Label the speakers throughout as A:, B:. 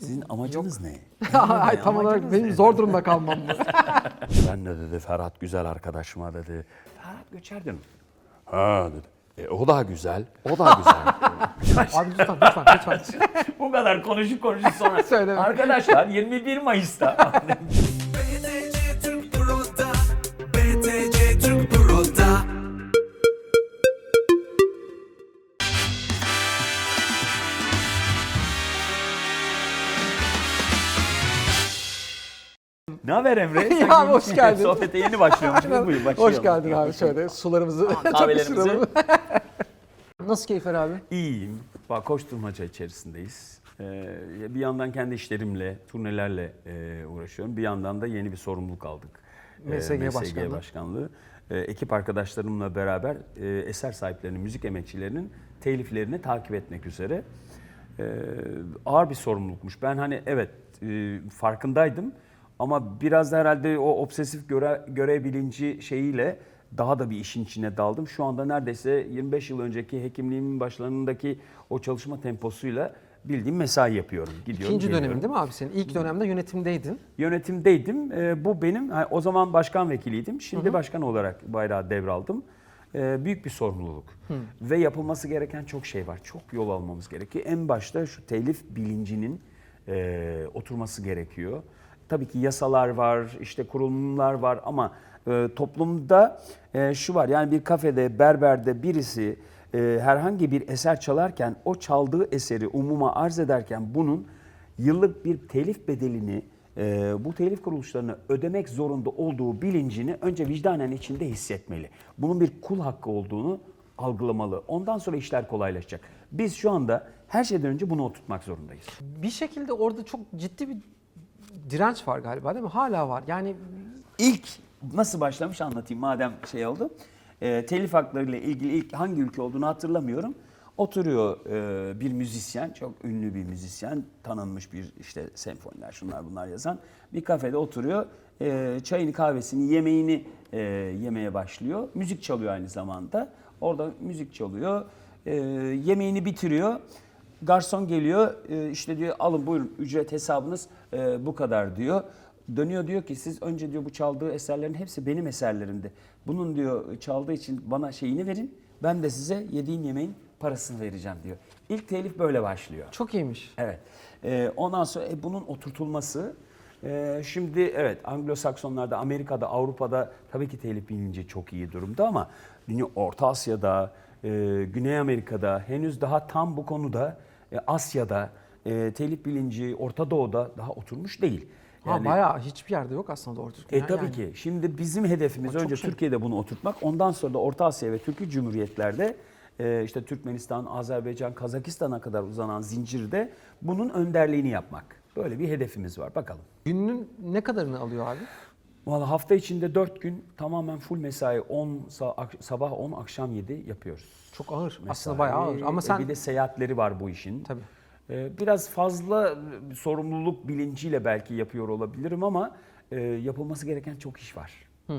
A: Sizin amacınız ne?
B: Ay, tam olarak
A: Amacınız
B: benim
A: ne?
B: zor durumda kalmam bu.
A: Ben de dedi Ferhat güzel arkadaşıma dedi. Ferhat Göçer'din. Ha dedi. O da güzel, o da güzel.
B: Abi lütfen.
A: Bu kadar konuşup sonra.
B: Söyleme.
A: Arkadaşlar 21 Mayıs'ta.
C: BTC Türk Pro'da, BTC Türk Pro'da.
A: Ne haber Emre? Sen
B: Ya, hoş
A: yeni-
B: geldin.
A: Sohbete yeni başlıyormuşuz. Buyur başlayalım.
B: Hoş geldin abi, şöyle sularımızı
A: Kahvelerimizi.
B: çatıştıralım. Nasıl keyifler abi?
A: İyiyim. Bak koşturmaca içerisindeyiz. Bir yandan kendi işlerimle, turnelerle uğraşıyorum. Bir yandan da yeni bir sorumluluk aldık.
B: MSG başkanlığı.
A: Başkanlığı. Ekip arkadaşlarımla beraber eser sahiplerinin, müzik emekçilerinin teliflerini takip etmek üzere. Ağır bir sorumlulukmuş. Ben hani evet farkındaydım ama biraz da herhalde o obsesif görev bilinci şeyiyle daha da bir işin içine daldım. Şu anda neredeyse 25 yıl önceki hekimliğimin başlarındaki o çalışma temposuyla bildiğim mesai yapıyorum. Gidiyorum,
B: İkinci
A: geliyorum.
B: dönemin değil mi abi senin? İlk dönemde yönetimdeydin.
A: Yönetimdeydim. Bu benim, o zaman başkan vekiliydim. Şimdi başkan olarak bayrağı devraldım. Büyük bir sorumluluk. Ve yapılması gereken çok şey var. Çok yol almamız gerekiyor. En başta şu telif bilincinin oturması gerekiyor. Tabii ki yasalar var, işte kurulumlar var ama toplumda şu var. Yani bir kafede, berberde birisi herhangi bir eser çalarken o çaldığı eseri umuma arz ederken bunun yıllık bir telif bedelini bu telif kuruluşlarına ödemek zorunda olduğu bilincini önce vicdanen içinde hissetmeli. Bunun bir kul hakkı olduğunu algılamalı. Ondan sonra işler kolaylaşacak. Biz şu anda her şeyden önce bunu oturtmak zorundayız.
B: Bir şekilde orada çok ciddi bir direnç var galiba değil mi? Hala var. Yani
A: İlk nasıl başlamış anlatayım madem şey oldu. Telif haklarıyla ilgili ilk hangi ülke olduğunu hatırlamıyorum. Oturuyor bir müzisyen, çok ünlü bir müzisyen, tanınmış bir işte senfoniler şunlar bunlar yazan bir kafede oturuyor. Çayını kahvesini yemeğini yemeye başlıyor. Müzik çalıyor aynı zamanda. Orada müzik çalıyor. Yemeğini bitiriyor. Garson geliyor işte diyor alın buyurun ücret hesabınız bu kadar diyor. Dönüyor diyor ki siz önce diyor bu çaldığı eserlerin hepsi benim eserlerimdi. Bunun diyor çaldığı için bana şeyini verin. Ben de size yediğim yemeğin parasını vereceğim diyor. İlk telif böyle başlıyor.
B: çok iyiymiş.
A: Evet. Ondan sonra bunun oturtulması. Şimdi evet Anglo-Saksonlarda, Amerika'da, Avrupa'da tabii ki telif bilinci çok iyi durumda ama Orta Asya'da, Güney Amerika'da henüz daha tam bu konuda Asya'da telif bilinci Orta Doğu'da daha oturmuş değil.
B: Bayağı hiçbir yerde yok aslında doğru düzgün.
A: Tabii
B: Yani.
A: ki. Şimdi bizim hedefimiz
B: Çok
A: önce
B: şey.
A: Türkiye'de bunu oturtmak. Ondan sonra da Orta Asya ve Türkiye Cumhuriyetlerde işte Türkmenistan, Azerbaycan, Kazakistan'a kadar uzanan zincirde bunun önderliğini yapmak. Böyle bir hedefimiz var. Bakalım.
B: Gününün ne kadarını alıyor abi?
A: Vallahi hafta içinde 4 gün tamamen full mesai sabah 10 akşam 7 yapıyoruz.
B: Çok ağır.
A: Mesai.
B: Aslında bayağı ağır. Ama sen
A: Bir de seyahatleri var bu işin.
B: tabii.
A: Biraz fazla sorumluluk bilinciyle belki yapıyor olabilirim ama yapılması gereken çok iş var.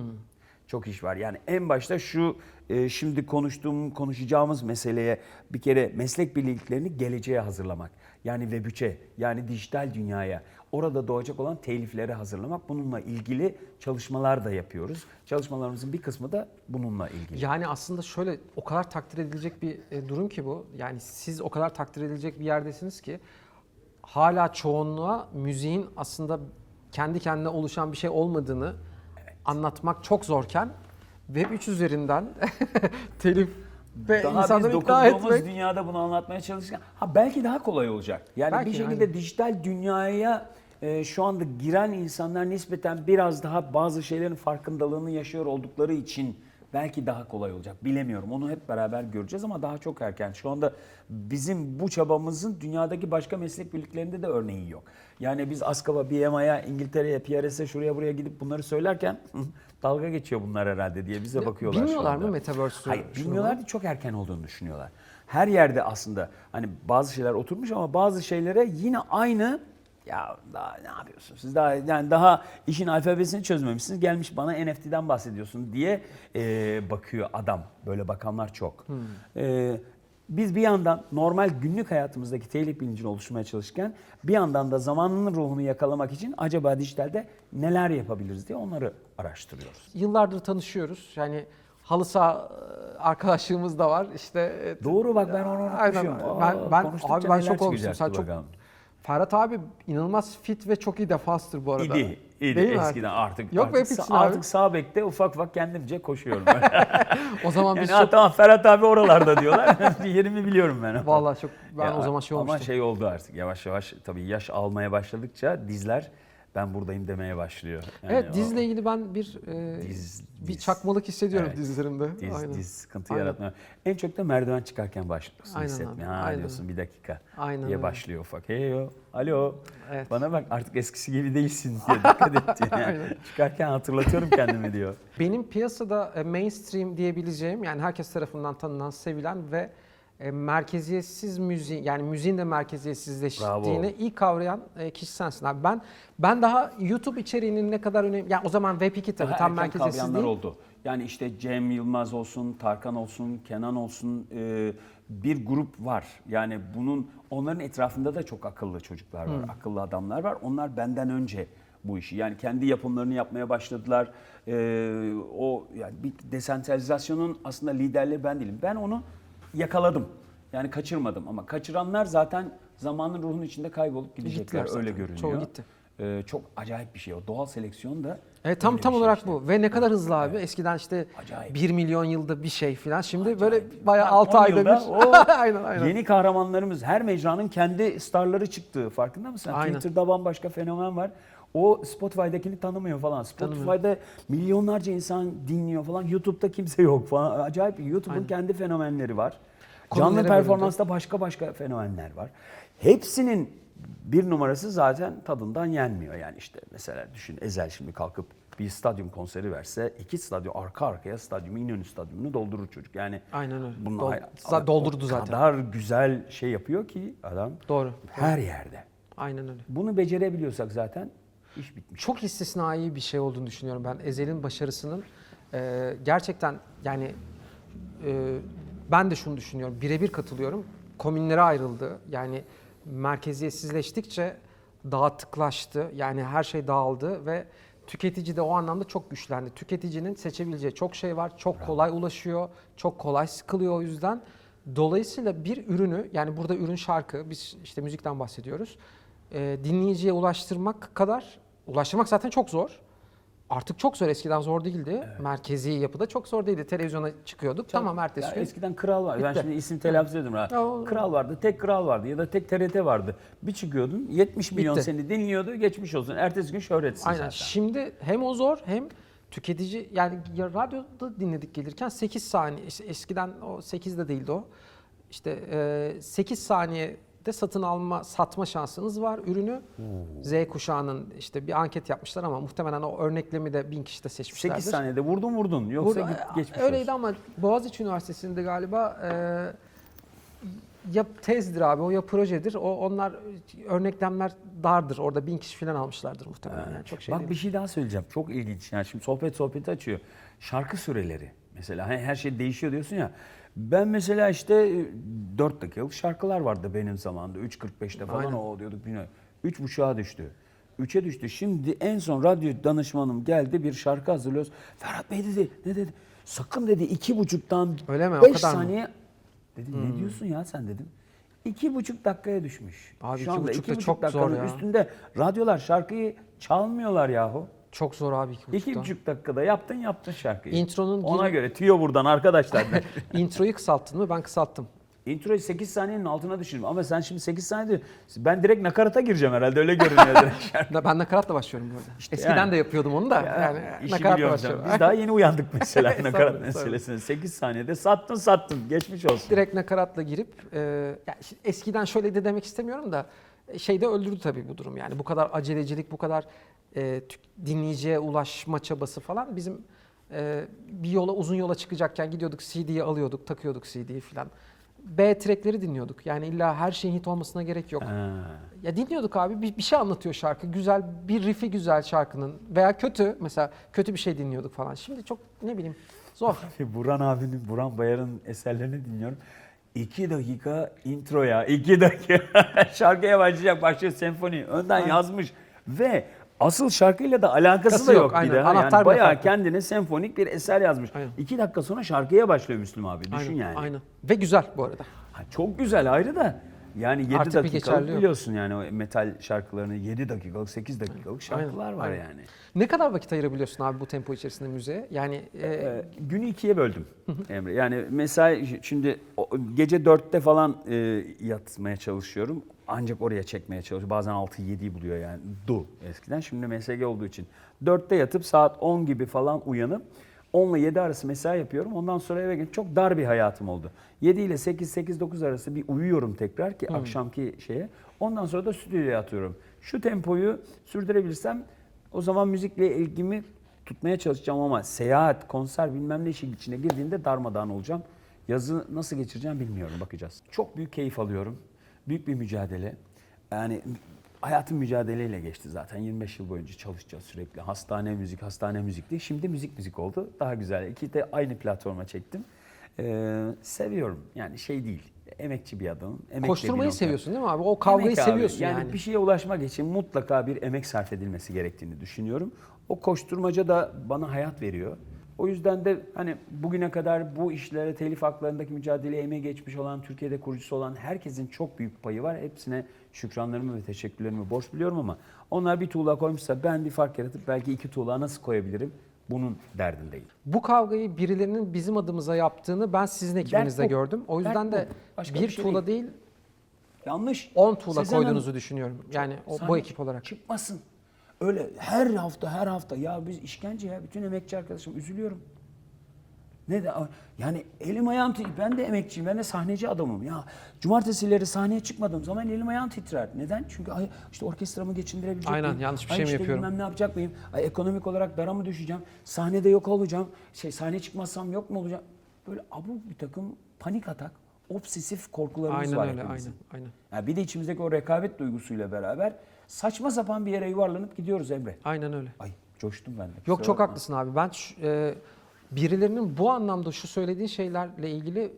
A: Çok iş var. Yani en başta şu şimdi konuşacağımız meseleye bir kere meslek birliklerini geleceğe hazırlamak. Yani Web3'e yani dijital dünyaya orada doğacak olan teliflere hazırlamak. Bununla ilgili çalışmalar da yapıyoruz. Çalışmalarımızın bir kısmı da bununla ilgili.
B: Yani aslında şöyle o kadar takdir edilecek bir durum ki bu. Yani siz o kadar takdir edilecek bir yerdesiniz ki hala çoğunluğa müziğin aslında kendi kendine oluşan bir şey olmadığını anlatmak çok zorken Web3 üzerinden telif ve
A: Daha biz
B: insanları ikna
A: dokunduğumuz
B: etmek.
A: dünyada bunu anlatmaya çalışırken belki daha kolay olacak. Yani
B: Belki,
A: bir şekilde
B: aynen.
A: dijital dünyaya şu anda giren insanlar nispeten biraz daha bazı şeylerin farkındalığını yaşıyor oldukları için belki daha kolay olacak. Bilemiyorum. Onu hep beraber göreceğiz ama daha çok erken. Şu anda bizim bu çabamızın dünyadaki başka meslek birliklerinde de örneği yok. Yani biz ASKAB'a, BMI'ye, İngiltere'ye, PRS'e şuraya buraya gidip bunları söylerken dalga geçiyor bunlar herhalde diye bize bakıyorlar şu
B: Bilmiyorlar
A: anda.
B: mı Metaverse'ü?
A: Hayır, bilmiyorlar da çok erken olduğunu düşünüyorlar. Her yerde aslında hani bazı şeyler oturmuş ama bazı şeylere yine aynı ya daha ne yapıyorsun? Siz daha yani daha işin alfabesini çözmemişsiniz. Gelmiş bana NFT'den bahsediyorsun diye bakıyor adam. Böyle bakanlar çok. Biz bir yandan normal günlük hayatımızdaki telif bilincini oluşturmaya çalışırken bir yandan da zamanının ruhunu yakalamak için acaba dijitalde neler yapabiliriz diye onları araştırıyoruz.
B: Yıllardır tanışıyoruz. Yani halı saha arkadaşlığımız da var. İşte
A: Doğru bak ben onu
B: aynen.
A: unutmuşum.
B: Abi ben şok olmuştum.
A: Sen
B: Sen çok Ferhat abi inanılmaz fit ve çok iyi defanstır bu arada.
A: İdi
B: Değil mi?
A: eskiden artık.
B: Yok be,
A: artık,
B: pitsin
A: artık
B: abi.
A: sağ bekte ufak kendimce koşuyorum.
B: O zaman biz
A: Yani
B: çok
A: tamam Ferhat abi oralarda diyorlar. Yerimi biliyorum ben.
B: vallahi çok ben
A: Ya,
B: o zaman şey olmuştum.
A: Ama şey oldu artık yavaş yavaş tabii yaş almaya başladıkça dizler ben buradayım demeye başlıyor. Yani
B: Evet
A: o-
B: dizle ilgili ben bir
A: diz.
B: çakmalık hissediyorum
A: Evet.
B: dizlerimde.
A: Diz sıkıntı
B: Aynen.
A: yaratmıyor. En çok da merdiven çıkarken başlıyorsun
B: Aynen
A: hissetmeye.
B: abi,
A: Ha
B: aynen.
A: diyorsun bir dakika
B: Aynen
A: diye
B: öyle.
A: başlıyor ufak. Heyo, alo.
B: Evet.
A: Bana bak artık eskisi gibi değilsin diye dikkat et diye. Yani
B: Aynen.
A: çıkarken hatırlatıyorum kendimi diyor.
B: Benim piyasada mainstream diyebileceğim yani herkes tarafından tanınan, sevilen ve merkeziyetsiz müziğin yani müziğin de merkeziyetsizleştiğini
A: Bravo.
B: iyi kavrayan kişi sensin abi. Ben daha YouTube içeriğinin ne kadar önemli yani o zaman Web2 tabii
A: Daha
B: tam
A: erken
B: merkeziyetsiz
A: kavrayanlar
B: değil.
A: oldu. Yani işte Cem Yılmaz olsun, Tarkan olsun, Kenan olsun bir grup var. Yani onların etrafında da çok akıllı çocuklar var, akıllı adamlar var. Onlar benden önce bu işi yani kendi yapımlarını yapmaya başladılar. O yani bir desentralizasyonun aslında liderliği ben değilim. Ben onu yakaladım. Yani kaçırmadım ama kaçıranlar zaten zamanın ruhunun içinde kaybolup gidecekler.
B: Gittiler zaten.
A: Öyle görünüyor.
B: Çoğu gitti.
A: Çok acayip bir şey o. Doğal seleksiyon da
B: Evet tam
A: öyle
B: tam
A: bir şey
B: olarak
A: işte.
B: bu ve ne kadar hızlı abi. Eskiden işte
A: Acayip.
B: 1 milyon yılda bir şey filan. Şimdi böyle
A: Acayip.
B: bayağı
A: Yani
B: 6
A: 10
B: ayda
A: yılda
B: bir.
A: o
B: aynen.
A: Yeni kahramanlarımız her mecranın kendi starları çıktı. Farkında mısın?
B: Aynen.
A: Twitter'da bambaşka fenomen var. O Spotify'dakini tanımıyor falan. Spotify'da milyonlarca insan dinliyor falan. YouTube'da kimse yok falan. Acayip. YouTube'un
B: Aynen.
A: kendi fenomenleri var.
B: Komünlere
A: Canlı
B: bölündü.
A: performansta başka fenomenler var. Hepsinin bir numarası zaten tadından yenmiyor. Yani işte mesela düşün Ezel şimdi kalkıp bir stadyum konseri verse 2 stadyum arka arkaya stadyumu İnönü Stadyumunu doldurur çocuk. Yani
B: Aynen öyle.
A: bunun
B: Doldurdu
A: o
B: zaten.
A: kadar güzel şey yapıyor ki adam
B: Doğru.
A: her yerde.
B: Aynen öyle.
A: Bunu becerebiliyorsak zaten iş bitmiş.
B: Çok istisnai bir şey olduğunu düşünüyorum ben. Ezel'in başarısının gerçekten yani ben de şunu düşünüyorum. Birebir katılıyorum. Komünlere ayrıldı. Yani merkeziyetsizleştikçe dağıtıklaştı. Yani her şey dağıldı ve tüketici de o anlamda çok güçlendi. Tüketicinin seçebileceği çok şey var. Çok kolay ulaşıyor. Çok kolay sıkılıyor o yüzden. Dolayısıyla bir ürünü yani burada ürün şarkı biz işte müzikten bahsediyoruz. Dinleyiciye ulaştırmak zaten çok zor. Artık çok zor. Eskiden zor değildi. Evet. Merkezi yapıda çok zor değildi. Televizyona çıkıyorduk. Tamam ertesi gün.
A: Eskiden kral vardı. Ben
B: Bitti.
A: şimdi isim telaffuz ediyorum. Kral vardı. Tek kral vardı. Ya da tek TRT vardı. Bir çıkıyordun 70 milyon
B: Bitti.
A: seni dinliyordu. Geçmiş olsun. Ertesi gün şöhretsin
B: Aynen.
A: zaten.
B: Şimdi hem o zor hem tüketici yani ya radyoda dinledik gelirken 8 saniye eskiden o 8'de değildi o. İşte 8 saniyede satma şansınız var ürünü. Z kuşağının işte bir anket yapmışlar ama muhtemelen o örneklemi de 1000 kişi de seçmişlerdir.
A: 8 saniyede vurdun. Yoksa geçmiş
B: öyleydi
A: olsun.
B: ama Boğaziçi Üniversitesi'nde galiba ya tezdir abi o ya projedir. Onlar örneklemler dardır. Orada 1000 kişi falan almışlardır muhtemelen. Yani çok şey
A: Bak
B: değil.
A: bir şey daha söyleyeceğim. Çok ilginç. Yani şimdi sohbeti açıyor. Şarkı süreleri. Mesela her şey değişiyor diyorsun ya. Ben mesela işte 4 dakikalık şarkılar vardı benim zamanımda. 3.45'te falan
B: Aynen.
A: o diyorduk. 3.30'a düştü. 3'e düştü. Şimdi en son radyo danışmanım geldi bir şarkı hazırlıyoruz. Ferhat Bey dedi ne dedi? Sakın dedi 2.5'tan
B: Öyle mi? O
A: 5
B: kadar mı?
A: saniye. Dedim ne diyorsun ya sen dedim. 2,5 dakikaya düşmüş.
B: Abi
A: Şu anda
B: 2,5 da
A: 2,5
B: çok
A: dakikanın
B: zor ya.
A: üstünde radyolar şarkıyı çalmıyorlar yahu.
B: Çok zor abi 2,5'da.
A: 2,5 dakikada yaptın şarkıyı.
B: Intronun
A: Ona göre tüyo buradan arkadaşlar.
B: Introyu kısalttın mı? Ben kısalttım.
A: Introyu 8 saniyenin altına düşürüm. Ama sen şimdi 8 saniye ben direkt nakarata gireceğim herhalde öyle görünüyor direkt.
B: Ben nakaratla başlıyorum burada. Eskiden
A: yani.
B: de yapıyordum onu da. Yani
A: İşi
B: nakaratla
A: biliyorum
B: başlıyorum.
A: canım. Biz daha yeni uyandık mesela nakarat
B: Tabii,
A: meselesine. 8 saniyede sattın. Geçmiş olsun.
B: Direkt nakaratla girip yani eskiden şöyle de demek istemiyorum da şeyde öldürdü tabii bu durum. Yani bu kadar acelecilik, bu kadar dinleyiciye ulaşma çabası falan bizim bir uzun yola çıkacakken gidiyorduk CD'yi alıyorduk, takıyorduk CD'yi falan. B track'leri dinliyorduk. Yani illa her şeyin hit olmasına gerek yok. Ya dinliyorduk abi bir şey anlatıyor şarkı. Güzel bir riff'i güzel şarkının veya mesela kötü bir şey dinliyorduk falan. Şimdi çok ne bileyim zor.
A: Burhan Bayar'ın eserlerini dinliyorum. 2 dakika intro ya. 2 dakika şarkıya başlıyor senfoni. Önden yazmış ve asıl şarkıyla da alakası da yok bir
B: aynen.
A: de.
B: Anahtar
A: Yani
B: bile
A: bayağı
B: farklı.
A: kendine senfonik bir eser yazmış.
B: Aynen.
A: 2 dakika sonra şarkıya başlıyor Müslüm abi. Düşün
B: Aynen,
A: yani.
B: aynen. Ve güzel bu arada.
A: Ha, çok güzel ayrı da. Yani 7
B: Artık bir
A: dakikalık
B: geçerli yok.
A: biliyorsun yani o metal şarkılarını 7 dakikalık 8 dakikalık şarkılar
B: Aynen,
A: var
B: aynen.
A: yani.
B: Ne kadar vakit ayırabiliyorsun abi bu tempo içerisinde müziğe? Yani
A: Günü 2'ye böldüm Emre. Yani mesai şimdi gece 4'te falan yatmaya çalışıyorum. Ancak oraya çekmeye çalışıyorum. Bazen 6-7'yi buluyor yani. Eskiden. Şimdi MSG olduğu için. 4'te yatıp saat 10 gibi falan uyanıp 10 ile 7 arası mesai yapıyorum. Ondan sonra eve gelip çok dar bir hayatım oldu. 7 ile 8-9 arası bir uyuyorum tekrar ki akşamki şeye. Ondan sonra da stüdyoya atıyorum. Şu tempoyu sürdürebilirsem o zaman müzikle ilgimi tutmaya çalışacağım ama seyahat, konser bilmem ne işin içine girdiğinde darmadağın olacağım. Yazı nasıl geçireceğim bilmiyorum, bakacağız. Çok büyük keyif alıyorum. Büyük bir mücadele. Yani hayatım mücadeleyle geçti zaten. 25 yıl boyunca çalışacağız sürekli. Hastane müzikti. Şimdi müzik oldu. Daha güzel. İki de aynı platforma çektim. Seviyorum. Yani şey değil. Emekçi bir adamım. Emek
B: koşturmayı
A: dediğin o-
B: seviyorsun değil mi abi? O kavgayı
A: Emek abi.
B: seviyorsun yani.
A: Yani bir şeye ulaşmak için mutlaka bir emek sarf edilmesi gerektiğini düşünüyorum. O koşturmaca da bana hayat veriyor. O yüzden de hani bugüne kadar bu işlere, telif haklarındaki mücadeleye emeği geçmiş olan, Türkiye'de kurucusu olan herkesin çok büyük payı var. Hepsine şükranlarımı ve teşekkürlerimi borç biliyorum ama onlar bir tuğla koymuşsa ben bir fark yaratıp belki 2 tuğla nasıl koyabilirim? Bunun derdindeyim.
B: Bu kavgayı birilerinin bizim adımıza yaptığını ben sizin ekibinizde
A: bu.
B: gördüm. O yüzden
A: Dert
B: de
A: bu. Başka
B: bir
A: bir şey
B: tuğla değil
A: Yanlış.
B: 10 tuğla
A: Sezen Hanım,
B: koyduğunuzu düşünüyorum. Yani bu
A: sahne
B: ekip olarak.
A: çıkmasın. Öyle her hafta ya biz işkence ya bütün emekçi arkadaşım üzülüyorum. Ne de yani elim ayağım ben de emekçiyim, ben de sahneci adamım ya. Cumartesileri sahneye çıkmadığım zaman elim ayağım titrer. Neden? Çünkü işte orkestramı geçindirebilecek
B: Aynen,
A: miyim?
B: yanlış bir şey mi
A: işte
B: yapıyorum?
A: bilmem ne yapacak mıyım? Ekonomik olarak dara mı düşeceğim? Sahnede yok olacağım. Sahneye çıkmazsam yok mu olacağım? Böyle abuk bir takım panik atak, obsesif korkularımız
B: Aynen
A: var
B: öyle,
A: hepimizin.
B: aynen.
A: Yani bir de içimizdeki o rekabet duygusuyla beraber saçma sapan bir yere yuvarlanıp gidiyoruz Emre.
B: Aynen öyle.
A: Ay coştum ben de.
B: Yok
A: kusura
B: çok
A: bakma.
B: haklısın abi. Ben birilerinin bu anlamda şu söylediğin şeylerle ilgili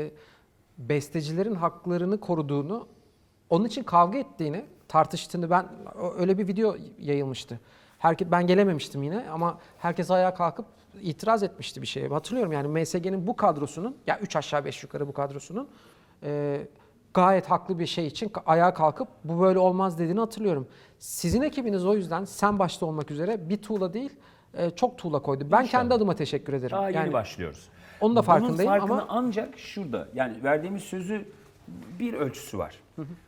B: bestecilerin haklarını koruduğunu, onun için kavga ettiğini, tartıştığını öyle bir video yayılmıştı. Ben gelememiştim yine ama herkes ayağa kalkıp itiraz etmişti bir şeye. Hatırlıyorum yani MSG'nin bu kadrosunun, ya 3 aşağı 5 yukarı bu kadrosunun gayet haklı bir şey için ayağa kalkıp bu böyle olmaz dediğini hatırlıyorum. Sizin ekibiniz o yüzden sen başta olmak üzere bir tuğla değil çok tuğla koydu. Ben kendi adıma teşekkür ederim.
A: Daha yeni
B: Yani
A: başlıyoruz.
B: onun da farkındayım
A: Bunun farkını
B: ama
A: ancak şurada. Yani verdiğimiz sözü bir ölçüsü var.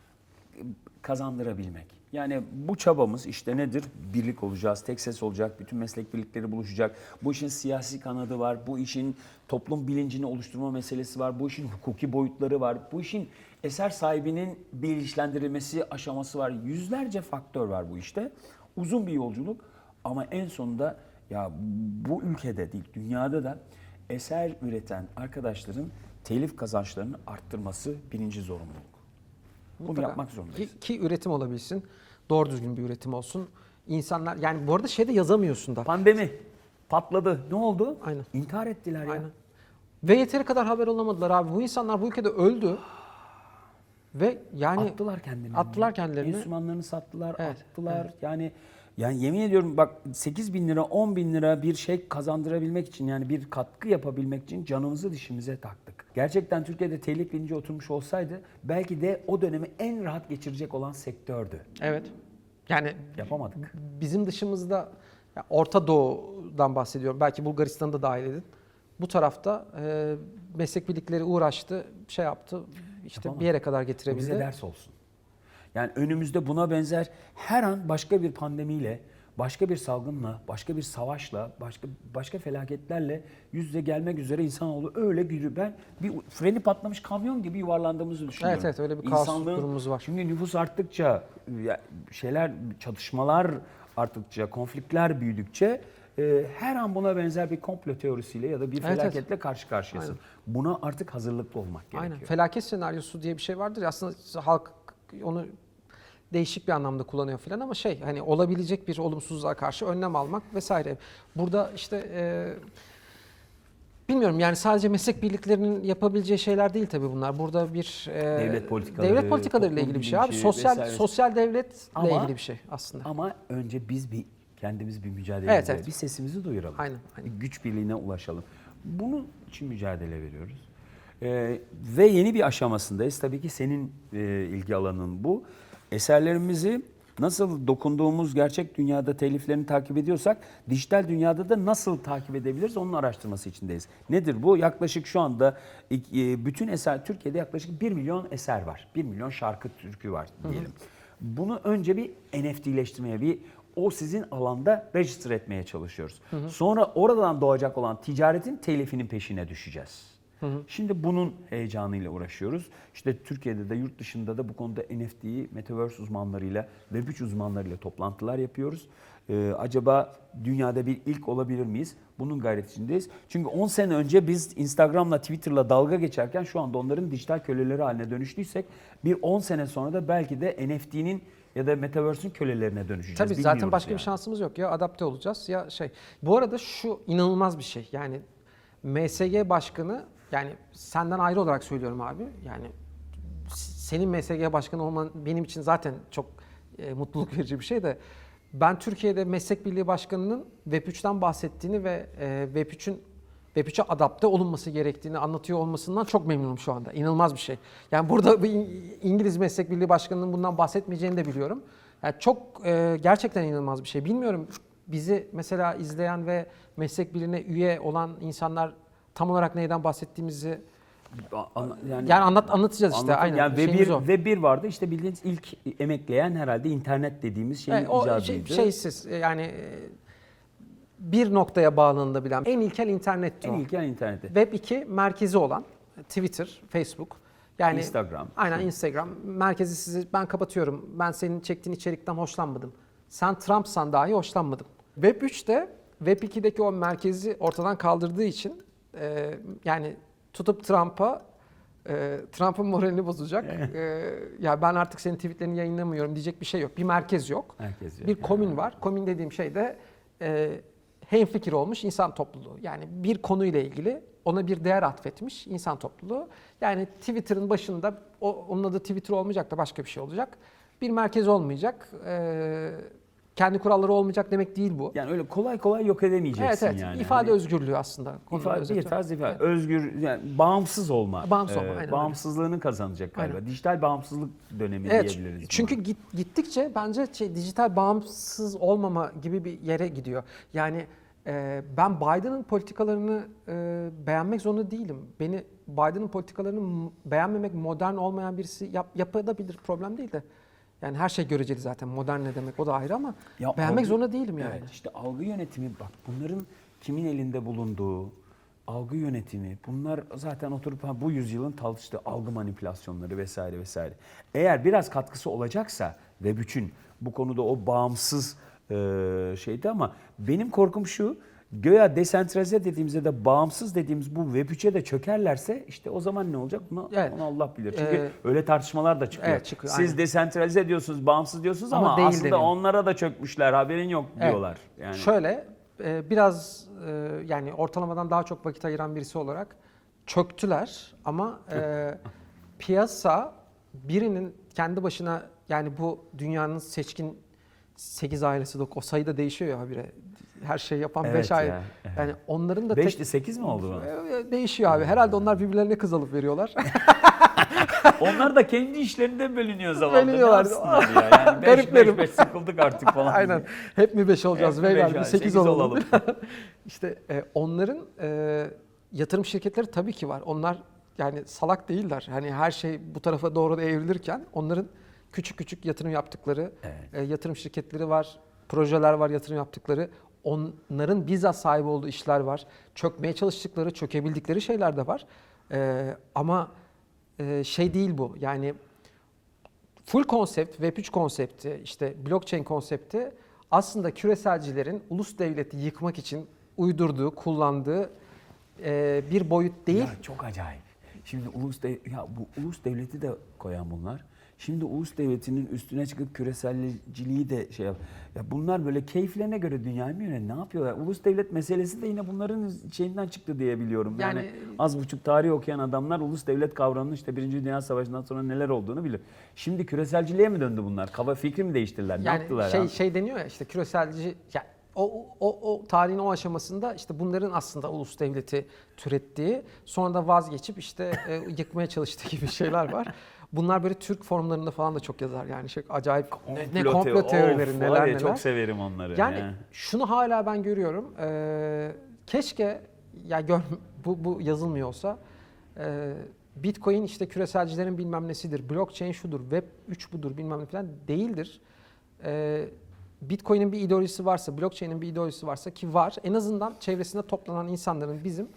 A: Kazandırabilmek. Yani bu çabamız işte nedir? Birlik olacağız, tek ses olacak, bütün meslek birlikleri buluşacak. Bu işin siyasi kanadı var, bu işin toplum bilincini oluşturma meselesi var, bu işin hukuki boyutları var, bu işin eser sahibinin bilinçlendirilmesi aşaması var. Yüzlerce faktör var bu işte. Uzun bir yolculuk ama en sonunda ya bu ülkede değil, dünyada da eser üreten arkadaşların telif kazançlarını arttırması birinci zorunluluk. Bunu
B: mutlaka
A: yapmak zorundayız.
B: ki üretim olabilsin. Doğru düzgün bir üretim olsun. İnsanlar yani bu arada şeyde yazamıyorsun da.
A: Pandemi patladı. Ne oldu?
B: Aynen.
A: İntihar ettiler ya.
B: Aynen. Ve yeteri kadar haber olamadılar abi. Bu insanlar bu ülkede öldü. Ve yani
A: Attılar kendilerini.
B: Attılar kendilerini.
A: Enstrümanlarını sattılar,
B: Evet,
A: attılar. Yani yemin ediyorum bak 8 bin lira, 10 bin lira bir şey kazandırabilmek için yani bir katkı yapabilmek için canımızı dişimize taktık. Gerçekten Türkiye'de telif bilinci oturmuş olsaydı belki de o dönemi en rahat geçirecek olan sektördü.
B: Evet. Yani
A: Yapamadık.
B: bizim dışımızda ya Orta Doğu'dan bahsediyorum. Belki Bulgaristan'ı da dahil edin. Bu tarafta meslek birlikleri uğraştı, şey yaptı. İşte
A: Yapamadık.
B: bir yere kadar
A: Bu
B: getirebildi.
A: bize ders olsun. Yani önümüzde buna benzer her an başka bir pandemiyle, başka bir salgınla, başka bir savaşla, başka felaketlerle yüz yüze gelmek üzere insanoğlu öyle yürü. Ben bir freni patlamış kamyon gibi yuvarlandığımızı düşünüyorum.
B: Evet, öyle bir kaos
A: İnsanlığın-
B: durumumuz var.
A: Çünkü nüfus arttıkça, çatışmalar arttıkça, konflikler büyüdükçe her an buna benzer bir komplo teorisiyle ya da bir
B: Evet,
A: felaketle karşı karşıyasın. Buna artık hazırlıklı olmak gerekiyor.
B: Aynen. Felaket senaryosu diye bir şey vardır ya, aslında halk onu değişik bir anlamda kullanıyor falan ama hani olabilecek bir olumsuzluğa karşı önlem almak vesaire. Burada işte Bilmiyorum yani sadece meslek birliklerinin yapabileceği şeyler değil tabii bunlar. Burada bir
A: Devlet politikaları,
B: devlet politikalarıyla
A: toplum
B: ilgili bir şey abi.
A: bilinci
B: Sosyal
A: vesaire.
B: sosyal devletle
A: Ama-
B: ilgili bir şey aslında.
A: Ama önce biz kendimiz bir mücadele
B: Evet,
A: edelim.
B: evet.
A: Bir sesimizi duyuralım.
B: Aynen.
A: Bir güç birliğine ulaşalım. Bunun için mücadele veriyoruz. Ve yeni bir aşamasındayız. Tabii ki senin ilgi alanın bu. Eserlerimizi nasıl dokunduğumuz gerçek dünyada teliflerini takip ediyorsak, dijital dünyada da nasıl takip edebiliriz onun araştırması içindeyiz. Nedir bu? Yaklaşık şu anda bütün eser, Türkiye'de yaklaşık 1 milyon eser var. 1 milyon şarkı, türkü var diyelim. Bunu önce bir NFT'leştirmeye, o sizin alanda register etmeye çalışıyoruz. Sonra oradan doğacak olan ticaretin telifinin peşine düşeceğiz. Şimdi bunun heyecanıyla uğraşıyoruz. İşte Türkiye'de de yurt dışında da bu konuda NFT'yi Metaverse uzmanlarıyla, Web3 uzmanlarıyla toplantılar yapıyoruz. Acaba dünyada bir ilk olabilir miyiz? Bunun gayret içindeyiz. Çünkü 10 sene önce biz Instagram'la, Twitter'la dalga geçerken şu anda onların dijital köleleri haline dönüştüysek bir 10 sene sonra da belki de NFT'nin ya da Metaverse'ün kölelerine dönüşeceğiz.
B: Tabii zaten
A: Bilmiyoruz
B: başka
A: yani.
B: bir şansımız yok. Ya adapte olacağız ya şey. Bu arada şu inanılmaz bir şey. Yani MSG başkanı, yani senden ayrı olarak söylüyorum abi. Yani senin MSG başkanı olman benim için zaten çok mutluluk verici bir şey de ben Türkiye'de Meslek Birliği Başkanı'nın Web3'ten bahsettiğini ve Web3'e adapte olunması gerektiğini anlatıyor olmasından çok memnunum şu anda. İnanılmaz bir şey. Yani burada bir İngiliz Meslek Birliği Başkanı'nın bundan bahsetmeyeceğini de biliyorum. Yani çok gerçekten inanılmaz bir şey. Bilmiyorum, bizi mesela izleyen ve Meslek Birliği'ne üye olan insanlar tam olarak neyden bahsettiğimizi yani anlatacağız işte. Aynen.
A: Yani
B: Şeyimiz o.
A: Web1 vardı, işte bildiğiniz ilk emekleyen herhalde internet dediğimiz şeyin
B: O
A: icadıydı.
B: şeysiz yani bir noktaya bağlanabilen en ilkel internetti
A: En
B: o.
A: ilkel interneti.
B: Web 2 merkezi olan Twitter, Facebook, yani
A: Instagram.
B: Aynen, Instagram merkezi sizi ben kapatıyorum. Ben senin çektiğin içerikten hoşlanmadım. Sen Trump'san dahi hoşlanmadım. Web 3'te Web 2'deki o merkezi ortadan kaldırdığı için yani tutup Trump'ın moralini bozacak. Ya ben artık senin tweetlerini yayınlamıyorum diyecek bir şey yok. Bir merkez yok.
A: Merkez yok.
B: Bir komün var. Komün dediğim şey de hemfikir olmuş insan topluluğu. Yani bir konuyla ilgili ona bir değer atfetmiş insan topluluğu. Yani Twitter'ın başında onun adı Twitter olmayacak da başka bir şey olacak. Bir merkez olmayacak. Kendi kuralları olmayacak demek değil bu.
A: Yani öyle kolay kolay yok edemeyeceksin
B: Evet.
A: yani.
B: İfade
A: Hani
B: özgürlüğü aslında.
A: bir tarz ifade. Özgür, yani bağımsız olma.
B: Bağımsız olma, aynen
A: bağımsızlığını kazanacak galiba.
B: Aynen.
A: Dijital bağımsızlık dönemi
B: Evet,
A: diyebiliriz.
B: çünkü
A: buna.
B: gittikçe bence dijital bağımsız olmama gibi bir yere gidiyor. Yani ben Biden'ın politikalarını beğenmek zorunda değilim. Biden'ın politikalarını beğenmemek modern olmayan birisi yapabilir, problem değil de. Yani her şey göreceli zaten. Modern ne demek o da ayrı ama
A: Ya
B: beğenmek
A: algı-
B: zorunda değilim yani.
A: Evet, işte algı yönetimi, bak bunların kimin elinde bulunduğu, algı yönetimi, bunlar zaten oturup bu yüzyılın tartıştığı algı manipülasyonları vesaire vesaire. Eğer biraz katkısı olacaksa ve bütün bu konuda o bağımsız şeydi, ama benim korkum şu: göya desentralize dediğimizde de bağımsız dediğimiz bu Web3'e de çökerlerse işte o zaman ne olacak? Onu Allah bilir. Çünkü öyle tartışmalar da çıkıyor.
B: Evet, çıkıyor,
A: Siz
B: aynen.
A: desentralize ediyorsunuz, bağımsız diyorsunuz
B: Ama
A: ama
B: değil
A: aslında
B: deniyor.
A: onlara da çökmüşler, haberin yok diyorlar. Yani
B: Şöyle biraz yani ortalamadan daha çok vakit ayıran birisi olarak çöktüler ama piyasa birinin kendi başına, yani bu dünyanın seçkin 8 ailesi de o sayı da değişiyor ya habire. Her şeyi yapan 5
A: Evet
B: aile.
A: ya, evet.
B: Yani onların da
A: 5'ti 8 mi oldu?
B: değişiyor abi. Herhalde onlar birbirlerine kız alıp veriyorlar.
A: Onlar da kendi işlerinde bölünüyor zamanla.
B: Bölünüyorlar.
A: Ne yapsınlar ya? Yani
B: Gariplerim.
A: 5 sıkıldık artık falan.
B: Aynen. Hep mi 5 olacağız?
A: Hep mi
B: Beyler
A: beş?
B: bir
A: Yani
B: 8
A: sekiz
B: olalım.
A: olalım.
B: İşte onların yatırım şirketleri tabii ki var. Onlar yani salak değiller. Hani her şey bu tarafa doğru da evrilirken onların küçük küçük yatırım yaptıkları yatırım şirketleri var, projeler var yatırım yaptıkları. Onların bizzat sahibi olduğu işler var. Çökmeye çalıştıkları, çökebildikleri şeyler de var. Ama şey değil bu. Yani full konsept, Web3 konsepti, işte blockchain konsepti aslında küreselcilerin ulus devleti yıkmak için uydurduğu, kullandığı bir boyut değil.
A: Ya çok acayip. Şimdi bu ulus devleti de koyan bunlar. Şimdi ulus devletinin üstüne çıkıp küreselciliği de şey yap. Ya bunlar böyle keyiflerine göre dünyayı mı yönetiyor? Ne yapıyorlar? Ulus devlet meselesi de yine bunların şeyinden çıktı diye biliyorum. Yani az buçuk tarih okuyan adamlar ulus devlet kavramının işte 1. Dünya Savaşı'ndan sonra neler olduğunu bilir. Şimdi küreselciliğe mi döndü bunlar? Kaba fikri mi değiştirdiler? Ne yaptılar ya?
B: Şey deniyor ya işte küreselci, yani o tarihin o aşamasında işte bunların aslında ulus devleti türettiği, sonra da vazgeçip işte yıkmaya çalıştığı gibi şeyler var. Bunlar böyle Türk forumlarında falan da çok yazar yani şey acayip ne komplo teorileri neler.
A: Çok severim onları.
B: Yani şunu hala ben görüyorum. Keşke ya bu yazılmıyor olsa Bitcoin işte küreselcilerin bilmem nesidir, blockchain şudur, Web 3 budur bilmem ne falan değildir. Bitcoin'in bir ideolojisi varsa, blockchain'in bir ideolojisi varsa ki var. En azından çevresinde toplanan insanların bizim,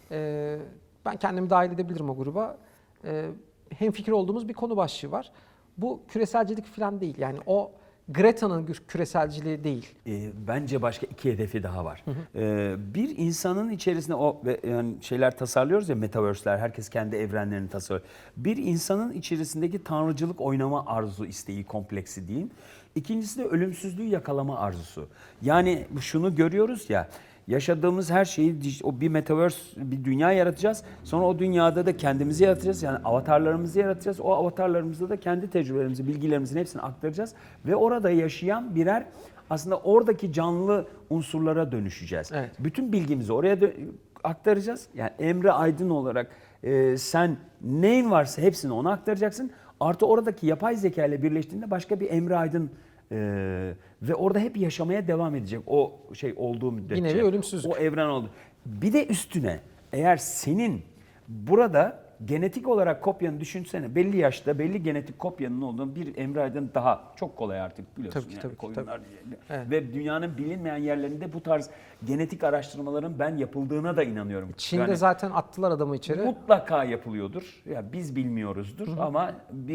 B: ben kendimi dahil edebilirim o gruba, hemfikir olduğumuz bir konu başlığı var. Bu küreselcilik falan değil. Yani o Greta'nın küreselciliği değil.
A: Bence başka iki hedefi daha var. Bir insanın içerisinde yani şeyler tasarlıyoruz ya, metaverse'ler, herkes kendi evrenlerini tasarlıyor. Bir insanın içerisindeki tanrıcılık oynama arzu, isteği, kompleksi diyeyim. İkincisi de ölümsüzlüğü yakalama arzusu. Yani şunu görüyoruz ya, yaşadığımız her şeyi, o bir metaverse, bir dünya yaratacağız. Sonra o dünyada da kendimizi yaratacağız. Yani avatarlarımızı yaratacağız. O avatarlarımızda da kendi tecrübelerimizi, bilgilerimizin hepsini aktaracağız. Ve orada yaşayan birer, aslında oradaki canlı unsurlara dönüşeceğiz. Evet. Bütün bilgimizi oraya aktaracağız. Yani Emre Aydın olarak sen neyin varsa hepsini ona aktaracaksın. Artı oradaki yapay zeka ile birleştiğinde başka bir Emre Aydın ve orada hep yaşamaya devam edecek o şey olduğu müddetçe.
B: Yine bir ölümsüzlük.
A: O evren oldu. Bir de üstüne eğer senin burada genetik olarak kopyanı düşünsene, belli yaşta belli genetik kopyanın olduğu bir Emre Aydın daha çok kolay artık biliyorsun.
B: Tabii,
A: koyunlar
B: evet.
A: Ve dünyanın bilinmeyen yerlerinde bu tarz genetik araştırmaların ben yapıldığına da inanıyorum.
B: Çin'de
A: yani,
B: zaten attılar adamı içeri.
A: Mutlaka yapılıyordur. Ya biz bilmiyoruzdur ama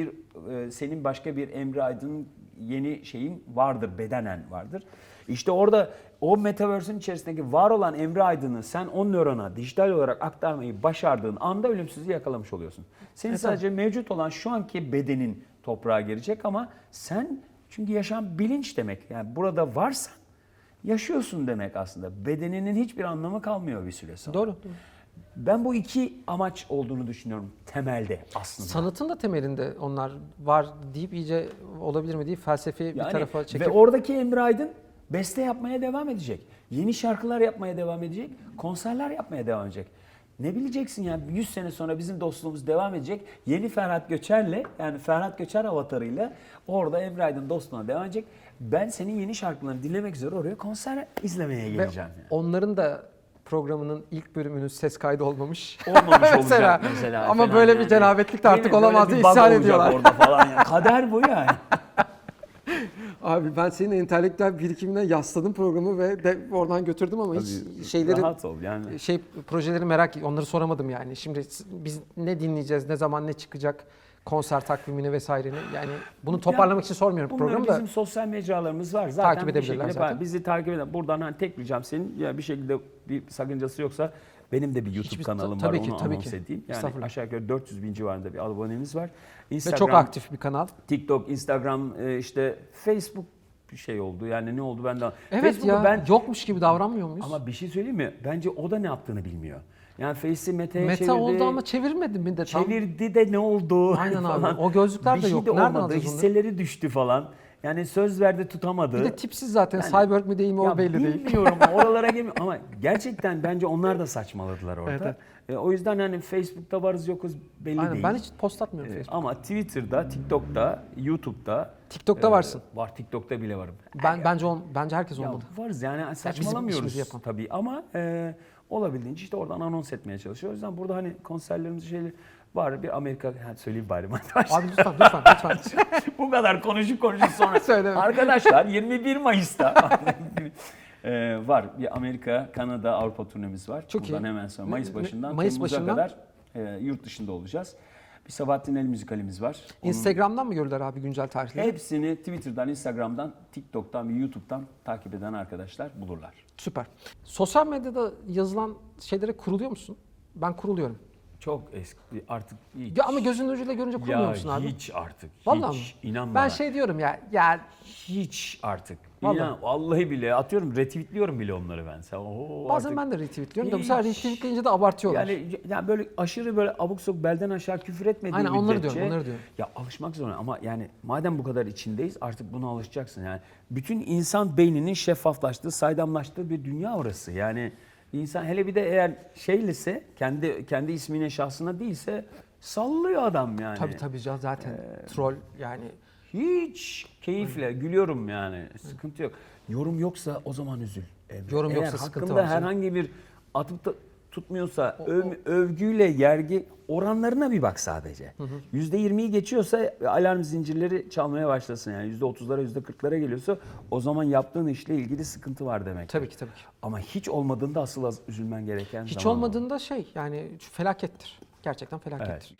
A: senin başka bir Emre Aydın yeni şeyin vardır, bedenen vardır. İşte orada o metaverse'ün içerisindeki var olan Emre Aydın'ı sen o nörona dijital olarak aktarmayı başardığın anda ölümsüzlüğü yakalamış oluyorsun. Senin sadece mevcut olan şu anki bedenin toprağa girecek ama sen, çünkü yaşam bilinç demek. Yani burada varsan yaşıyorsun demek aslında. Bedeninin hiçbir anlamı kalmıyor bir süre sonra.
B: Doğru.
A: Ben bu iki amaç olduğunu düşünüyorum temelde aslında.
B: Sanatın da temelinde onlar var deyip iyice olabilir mi deyip felsefi bir tarafa çekip.
A: Ve oradaki Emre Aydın beste yapmaya devam edecek. Yeni şarkılar yapmaya devam edecek. Konserler yapmaya devam edecek. Ne bileceksin yani 100 sene sonra bizim dostluğumuz devam edecek. Yeni Ferhat Göçer'le, yani Ferhat Göçer avatarıyla orada Emre Aydın dostluğuna devam edecek. Ben senin yeni şarkılarını dinlemek üzere oraya konser izlemeye geleceğim.
B: Ve onların da programının ilk bölümünün ses kaydı olmamış.
A: Olmamış olacak mesela.
B: Ama böyle bir cenabetlik de artık
A: Değil mi?
B: olamaz
A: Böyle
B: diye
A: bir bug
B: isyan
A: olacak
B: ediyorlar.
A: orada falan yani. Kader bu yani.
B: Abi ben senin entelektüel birikimine yasladım programı ve de oradan götürdüm ama hiç şeyleri
A: Rahat ol yani.
B: Projeleri merak, onları soramadım yani. Şimdi biz ne dinleyeceğiz, ne zaman ne çıkacak, konser takvimini vesaireni, yani bunu toparlamak için sormuyorum programı da.
A: Bizim sosyal mecralarımız var zaten.
B: Takip edebilirler zaten.
A: Bizi takip eden. Buradan hani tek ricam senin, ya bir şekilde bir sakıncası yoksa benim de bir YouTube kanalım var, onu anons edeyim. Yani aşağı yukarı 400 bin civarında bir abonemiz var.
B: Instagram, ve çok aktif bir kanal.
A: TikTok, Instagram, işte Facebook bir şey oldu. Yani ne oldu benden?
B: Evet ya, yokmuş gibi davranmıyor muyuz?
A: Ama bir şey söyleyeyim mi? Bence o da ne yaptığını bilmiyor. Yani Face'i Mete'ye
B: Meta
A: çevirdi.
B: oldu ama çevirmedi mi de tam?
A: Çevirdi de ne oldu?
B: Aynen
A: falan.
B: abi. O gözlükler de yok.
A: Bir şey de
B: nereden
A: olmadı. Hisseleri düştü falan. Yani söz verdi tutamadı.
B: Bir de tipsiz zaten. Yani, Cyborg mi değil mi o belli değil.
A: Bilmiyorum oralara gelmiyor. Ama gerçekten bence onlar da saçmaladılar orada. Evet. O yüzden hani Facebook'ta varız yokuz belli değil.
B: Ben hiç post atmıyorum Facebook'ta.
A: Ama Twitter'da, TikTok'ta, YouTube'da.
B: TikTok'ta varsın.
A: Var, TikTok'ta bile varım.
B: Bence herkes olmalı.
A: Varız yani saçmalamıyoruz tabii ama olabildiğince işte oradan anons etmeye çalışıyoruz. O yüzden burada hani konserlerimiz şeyler var. Bir Amerika, söyleyeyim bari.
B: Abi lütfen.
A: Bu kadar konuşup sonra.
B: Söyleme.
A: Arkadaşlar 21 Mayıs'ta var. Bir Amerika, Kanada, Avrupa turnemiz var.
B: Çok
A: buradan
B: iyi.
A: hemen sonra Mayıs başından Temmuz'a kadar yurt dışında olacağız. Bir Sabahattin El müzikalimiz var.
B: Instagram'dan mı görürler abi güncel tarihleri?
A: Hepsini Twitter'dan, Instagram'dan, TikTok'tan ve YouTube'dan takip eden arkadaşlar bulurlar.
B: Süper. Sosyal medyada yazılan şeylere kuruluyor musun? Ben kuruluyorum.
A: Çok eski artık hiç.
B: Ya ama gözünün ucuyla görünce kurmuyor
A: Ya
B: musun abi?
A: hiç artık.
B: Vallahi
A: hiç.
B: mi?
A: İnan
B: Ben
A: bana.
B: şey diyorum ya
A: Hiç artık.
B: Vallahi.
A: İnan, vallahi bile atıyorum, retweetliyorum bile onları ben.
B: bazen ben de retweetliyorum da bu
A: Hiç.
B: sefer retweetleyince de abartıyorlar.
A: Yani böyle aşırı böyle abuk sabuk belden aşağı küfür etmediği
B: Aynen, onları
A: müddetçe.
B: diyorum, onları diyorum.
A: Ya alışmak zorunda ama yani madem bu kadar içindeyiz artık buna alışacaksın yani. Bütün insan beyninin şeffaflaştığı, saydamlaştığı bir dünya orası. Yani insan hele bir de eğer şeylise kendi ismine şahsına değilse sallıyor adam yani.
B: Tabii canım, zaten troll yani.
A: Hiç keyifle gülüyorum yani. Sıkıntı yok. Yorum yoksa o zaman üzül.
B: Yorum
A: Eğer
B: yoksa sıkıntı
A: hakkında
B: var canım.
A: herhangi bir atıp da tutmuyorsa övgüyle yergi oranlarına bir bak sadece. %20'yi geçiyorsa alarm zincirleri çalmaya başlasın yani. %30'lara %40'lara geliyorsa o zaman yaptığın işle ilgili sıkıntı var demek.
B: Tabii ki.
A: Ama hiç olmadığında asıl üzülmen gereken
B: Hiç
A: zaman o.
B: olmadığında yani felakettir. Gerçekten felakettir.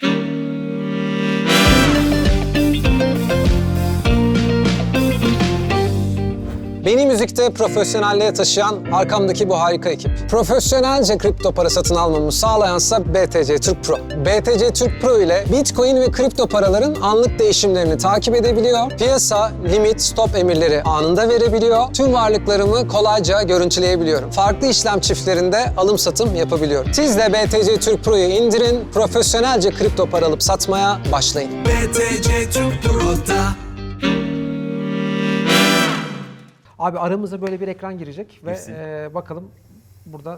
D: Beni müzikte profesyonelliğe taşıyan arkamdaki bu harika ekip. Profesyonelce kripto para satın almamı sağlayansa BTC Türk Pro. BTC Türk Pro ile Bitcoin ve kripto paraların anlık değişimlerini takip edebiliyor. Piyasa, limit, stop emirleri anında verebiliyor. Tüm varlıklarımı kolayca görüntüleyebiliyorum. Farklı işlem çiftlerinde alım satım yapabiliyorum. Siz de BTC Türk Pro'yu indirin, profesyonelce kripto para alıp satmaya başlayın.
C: BTC Türk Pro'da.
B: Abi aramıza böyle bir ekran girecek ve
A: Girsin.
B: bakalım burada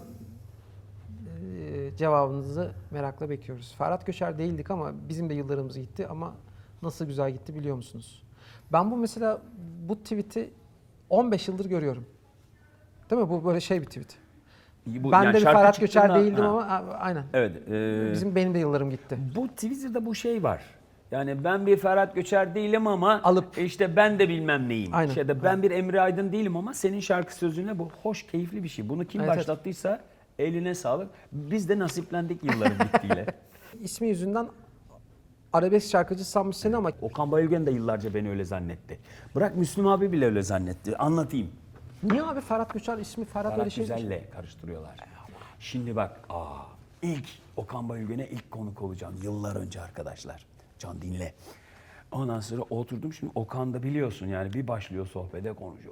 B: cevabınızı merakla bekliyoruz. Ferhat Göçer değildik ama bizim de yıllarımız gitti ama nasıl güzel gitti biliyor musunuz? Ben bu tweet'i 15 yıldır görüyorum. Değil mi? Bu böyle şey bir tweet. Ben
A: Yani
B: de bir
A: şarkı
B: Ferhat Göçer
A: çıktığında-
B: değildim
A: Ha.
B: ama aynen.
A: Evet.
B: Benim de yıllarım gitti.
A: Bu Twitter'da bu şey var. Yani ben bir Ferhat Göçer değilim ama
B: Alıp-
A: işte ben de bilmem neyim.
B: Aynen.
A: İşte de ben bir Emre Aydın değilim ama senin şarkı sözüne bu hoş, keyifli bir şey. Bunu kim
B: Evet,
A: başlattıysa eline sağlık. Biz de nasiplendik yılların bittiğiyle.
B: İsmi yüzünden arabesk şarkıcı sanmış seni ama
A: Okan Bayülgen de yıllarca beni öyle zannetti. Bırak Müslüm abi bile öyle zannetti. Anlatayım.
B: niye abi Ferhat Göçer ismi Ferhat öyle
A: Ferhat
B: şey değil.
A: Güzel'le karıştırıyorlar. Şimdi bak, ilk Okan Bayülgen'e ilk konuk olacağım yıllar önce arkadaşlar. Can dinle. Ondan sonra oturdum, şimdi Okan da biliyorsun yani bir başlıyor sohbete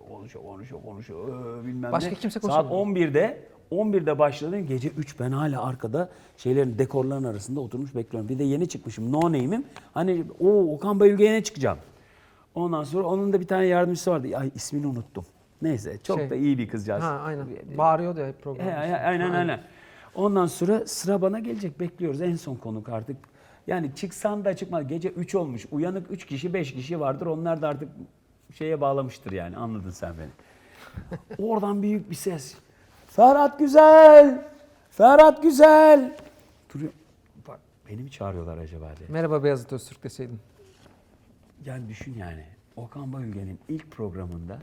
A: konuşuyor bilmem
B: Başka
A: ne.
B: kimse
A: Saat
B: konuşamıyor.
A: 11'de başladım, gece 3 ben hala arkada şeylerin dekorların arasında oturmuş bekliyorum. Bir de yeni çıkmışım, no name'im. Hani Okan Bayülgen'e çıkacağım. Ondan sonra onun da bir tane yardımcısı vardı. Ay ismini unuttum. Neyse çok
B: Şey,
A: da iyi bir kızcağız.
B: Ha aynen. Bağırıyordu ya program.
A: Aynen. Ondan sonra sıra bana gelecek, bekliyoruz. En son konuk artık. Yani çıksan da çıkmaz. Gece 3 olmuş. Uyanık 3 kişi 5 kişi vardır. Onlar da artık şeye bağlamıştır yani. Anladın sen beni. Oradan büyük bir ses. Ferhat Güzel! Ferhat Güzel! Duruyor. Bak beni mi çağırıyorlar acaba diye.
B: Merhaba Beyazıt Öztürk deseydin.
A: Yani düşün yani. Okan Bayülgen'in ilk programında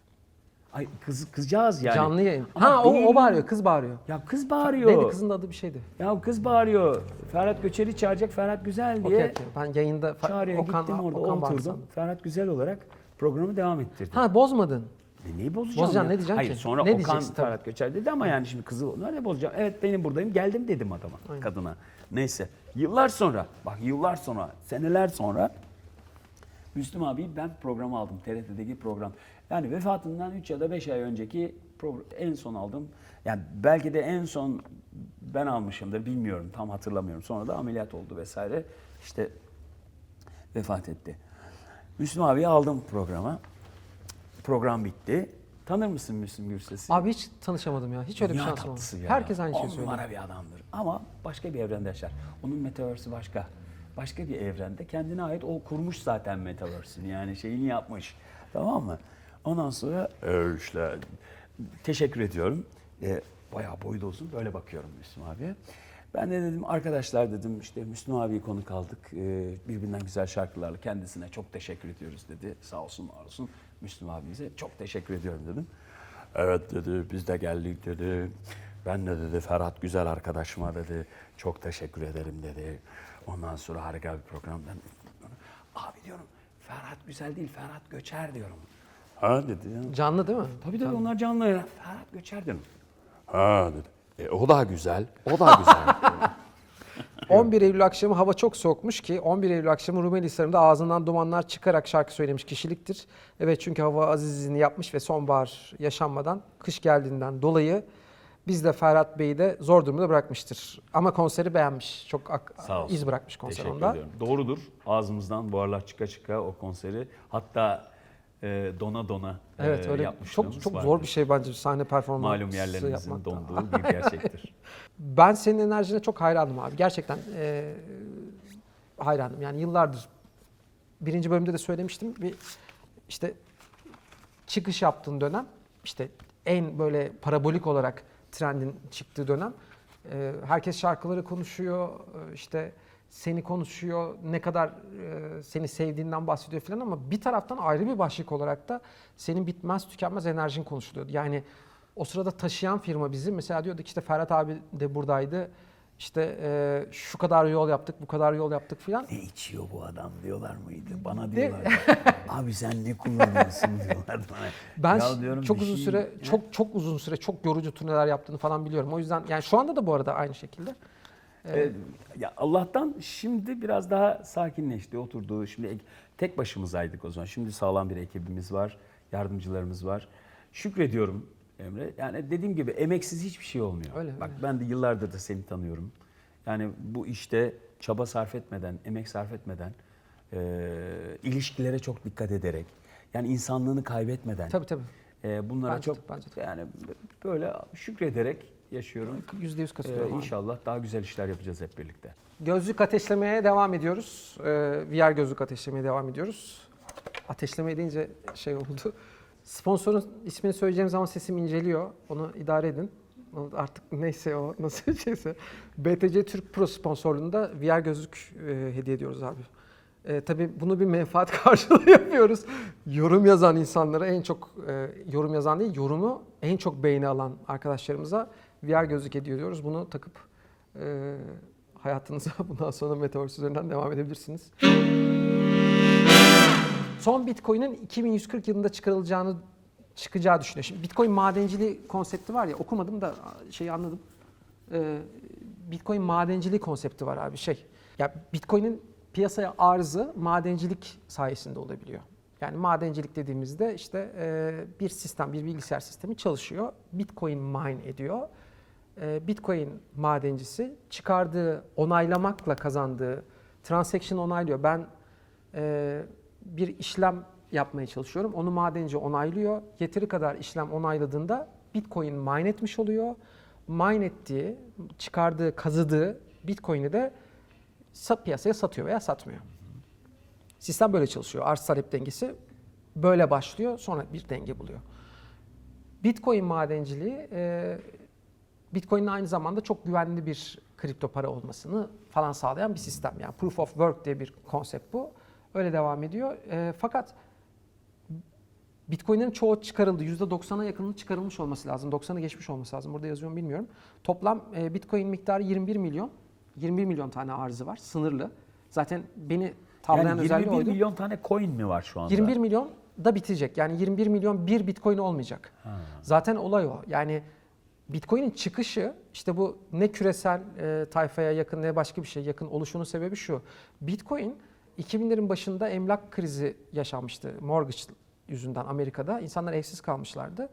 A: kızcağız yani.
B: Canlı yayın.
A: Ama
B: Ha o
A: değil.
B: bağırıyor, kız bağırıyor.
A: Ya kız bağırıyor.
B: Neydi kızın da adı bir şeydi.
A: Ya kız bağırıyor. Ferhat Göçer'i çağıracak, Ferhat Güzel diye.
B: Okey. Ben yayında
A: Çağırıyor, gittim orada
B: Okan bağırdı
A: oturdum.
B: sandım.
A: Ferhat Güzel olarak programı devam ettirdim.
B: Ha bozmadın.
A: Neyi bozacağım
B: Bozacaksın,
A: ya?
B: ne diyeceksin
A: Hayır,
B: ki?
A: sonra
B: Ne
A: Okan
B: diyeceksin, tabii.
A: Ferhat Göçer dedi ama yani şimdi kızı nerede bozacağım? Evet benim buradayım, geldim dedim adama, kadına. Neyse, yıllar sonra, seneler sonra Müslüm abi ben program aldım, TRT'deki program. Yani vefatından 3 ya da 5 ay önceki en son aldım. Yani belki de en son ben almışımdır, bilmiyorum, tam hatırlamıyorum. Sonra da ameliyat oldu vesaire. İşte vefat etti. Müslüm abiyi aldım programa. Program bitti. Tanır mısın Müslüm Gürses'i?
B: Abi hiç tanışamadım ya. Hiç öyle bir
A: Dünya
B: şansım olmadı.
A: tatlısı ya.
B: Herkes aynı şeyi
A: 10
B: söylüyor.
A: numara bir adamdır. Ama başka bir evrende yaşar. Onun metaverse'ü başka. Başka bir evrende kendine ait o kurmuş zaten metaverse'ünü. Yani şeyini yapmış. Tamam mı? Ondan sonra işte teşekkür ediyorum. Bayağı boyu da uzun. Böyle bakıyorum Müslüm abiye. Ben de dedim arkadaşlar dedim işte Müslüm abiyi konuk aldık. Birbirinden güzel şarkılarla kendisine çok teşekkür ediyoruz dedi. Sağ olsun var olsun Müslüm abimize çok teşekkür ediyorum dedim. Evet dedi biz de geldik dedi. Ben de dedi Ferhat Güzel arkadaşıma dedi çok teşekkür ederim dedi. Ondan sonra harika bir programdan. Abi diyorum Ferhat Güzel değil Ferhat Göçer diyorum. Ha dedi ya.
B: Canlı değil mi?
A: Tabii onlar canlı ya. Ferhat Göçer dedim. Ha dedi. O da güzel, o da güzel.
B: 11 Eylül akşamı hava çok soğukmuş ki 11 Eylül akşamı Rumeli Hisarı'nda ağzından dumanlar çıkarak şarkı söylemiş kişiliktir. Evet, çünkü hava azizliğini yapmış ve sonbahar yaşanmadan kış geldiğinden dolayı biz de Ferhat Bey'i de zor durumda bırakmıştır. Ama konseri beğenmiş. Çok
A: Sağ olsun.
B: iz bırakmış konser
A: Teşekkür
B: onda.
A: ediyorum. Doğrudur. Ağzımızdan buharlar çıka çıka o konseri. Hatta dona dona
B: Evet, öyle
A: yapmışlığımız
B: çok
A: vardır.
B: zor bir şey bence sahne performansı
A: Malum yerlerimizin
B: yapmak da.
A: donduğu bir gerçektir.
B: Ben senin enerjine çok hayranım abi. Gerçekten hayranım. Yani yıllardır, birinci bölümde de söylemiştim. Bir işte çıkış yaptığın dönem, işte en böyle parabolik olarak trendin çıktığı dönem. Herkes şarkıları konuşuyor, işte seni konuşuyor, ne kadar seni sevdiğinden bahsediyor falan, ama bir taraftan ayrı bir başlık olarak da senin bitmez tükenmez enerjin konuşuluyordu. Yani o sırada taşıyan firma bizi, mesela diyorduk işte Ferhat abi de buradaydı, işte şu kadar yol yaptık, bu kadar yol yaptık falan.
A: Ne içiyor bu adam diyorlar mıydı? Bana diyorlar. Abi sen ne kullanıyorsun diyorlar bana.
B: Ben
A: Ya diyorum,
B: çok
A: bir
B: uzun
A: şey-
B: süre, çok uzun süre, çok yorucu turneler yaptığını falan biliyorum. O yüzden yani şu anda da bu arada aynı şekilde.
A: Ya Allah'tan şimdi biraz daha sakinleşti, oturdu. Şimdi tek başımızaydık o zaman. Şimdi sağlam bir ekibimiz var, yardımcılarımız var. Şükrediyorum Emre. Yani dediğim gibi emeksiz hiçbir şey olmuyor.
B: Öyle,
A: Bak
B: öyle.
A: ben de yıllardır da seni tanıyorum. Yani bu işte çaba sarf etmeden, emek sarf etmeden, ilişkilere çok dikkat ederek, yani insanlığını kaybetmeden.
B: Tabii.
A: Bunlara
B: Bence
A: çok
B: de, bence de.
A: yani böyle şükrederek yaşıyorum.
B: %100 katılıyorum abi.
A: İnşallah daha güzel işler yapacağız hep birlikte.
B: Gözlük ateşlemeye devam ediyoruz. VR gözlük ateşlemeye devam ediyoruz. Ateşlemeye deyince şey oldu. Sponsorun ismini söyleyeceğim zaman sesim inceliyor. Onu idare edin. Artık neyse, o nasıl şeyse. BTC Türk Pro sponsorluğunda VR gözlük hediye ediyoruz abi. Tabii bunu bir menfaat karşılığı yapıyoruz. Yorum yazan insanlara, en çok yorum yazan değil, yorumu en çok beğeni alan arkadaşlarımıza VR gözlük hediye ediyoruz. Bunu takıp hayatınıza bundan sonra Metaverse üzerinden devam edebilirsiniz. Son Bitcoin'in 2140 yılında çıkacağı düşünüyor. Şimdi Bitcoin madenciliği konsepti var ya, okumadım da şeyi anladım. Bitcoin madenciliği konsepti var abi, Ya Bitcoin'in piyasaya arzı madencilik sayesinde olabiliyor. Yani madencilik dediğimizde işte bir sistem, bir bilgisayar sistemi çalışıyor. Bitcoin mine ediyor. Bitcoin madencisi çıkardığı, onaylamakla kazandığı transaction onaylıyor. Ben bir işlem yapmaya çalışıyorum. Onu madenci onaylıyor. Yeteri kadar işlem onayladığında Bitcoin mine etmiş oluyor. Mine ettiği, çıkardığı, kazıdığı Bitcoin'i de piyasaya satıyor veya satmıyor. Sistem böyle çalışıyor. Arz talep dengesi böyle başlıyor. Sonra bir denge buluyor. Bitcoin madenciliği, Bitcoin'in aynı zamanda çok güvenli bir kripto para olmasını falan sağlayan bir sistem. Yani Proof of Work diye bir konsept bu. Öyle devam ediyor. Fakat Bitcoin'lerin çoğu çıkarıldı. %90'a yakınının çıkarılmış olması lazım. 90'ı geçmiş olması lazım. Burada yazıyorum, bilmiyorum. Toplam Bitcoin miktarı 21 milyon. 21 milyon tane arzı var. Sınırlı. Zaten beni tavlayan
A: Yani
B: özelliği
A: 21
B: oydu.
A: milyon tane coin mi var şu anda?
B: 21 milyon da bitecek. Yani 21 milyon bir Bitcoin olmayacak. Zaten olay o. Yani Bitcoin'in çıkışı, işte bu ne küresel tayfaya yakın ne başka bir şey yakın oluşunun sebebi şu. Bitcoin 2000'lerin başında emlak krizi yaşanmıştı. Mortgage yüzünden Amerika'da. İnsanlar evsiz kalmışlardı.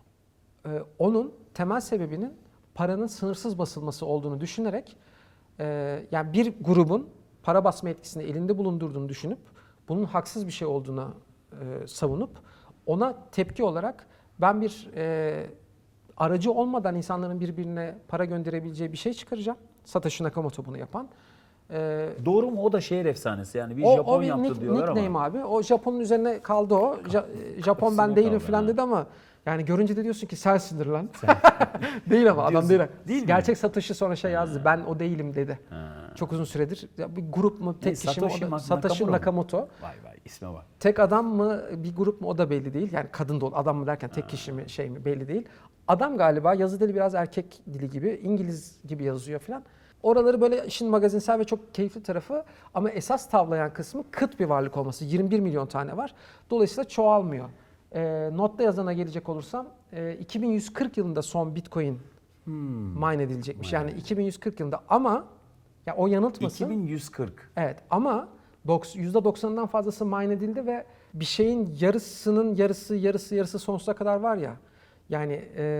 B: Onun temel sebebinin paranın sınırsız basılması olduğunu düşünerek, yani bir grubun para basma etkisini elinde bulundurduğunu düşünüp bunun haksız bir şey olduğuna savunup ona tepki olarak ben bir aracı olmadan insanların birbirine para gönderebileceği bir şey çıkaracağım. Satoshi Nakamoto bunu yapan.
A: Doğru mu? O da şehir efsanesi. Yani bir
B: O
A: Japon
B: bir
A: yaptı diyorlar ama.
B: nickname abi. O Japon'un üzerine kaldı o. Japon ben
A: Kısmı
B: değilim
A: kaldı,
B: falan
A: ha.
B: dedi ama yani görünce de diyorsun ki sensindir lan. Değil ama adam
A: Diyorsun.
B: değil.
A: Değil mi?
B: Gerçek Satoshi sonra şey yazdı. Ben o değilim dedi. Çok uzun süredir. Ya bir grup mu, tek kişi mi?
A: Satoshi
B: O da Satoshi
A: Nakamoto mu?
B: Nakamoto.
A: Vay isme bak.
B: Tek adam mı, bir grup mu, o da belli değil. Yani kadın da adam mı derken tek kişi mi, şey mi belli değil. Adam galiba yazı dili biraz erkek dili gibi, İngiliz gibi yazıyor falan. Oraları böyle işin magazinsel ve çok keyifli tarafı, ama esas tavlayan kısmı kıt bir varlık olması. 21 milyon tane var. Dolayısıyla çoğalmıyor. Notta yazana gelecek olursam 2140 yılında son Bitcoin mine edilecekmiş. Yani 2140 yılında, ama Ya o yanıltmasın.
A: 2140.
B: Evet ama %90'dan fazlası mine edildi ve bir şeyin yarısının yarısı sonsuza kadar var ya. Yani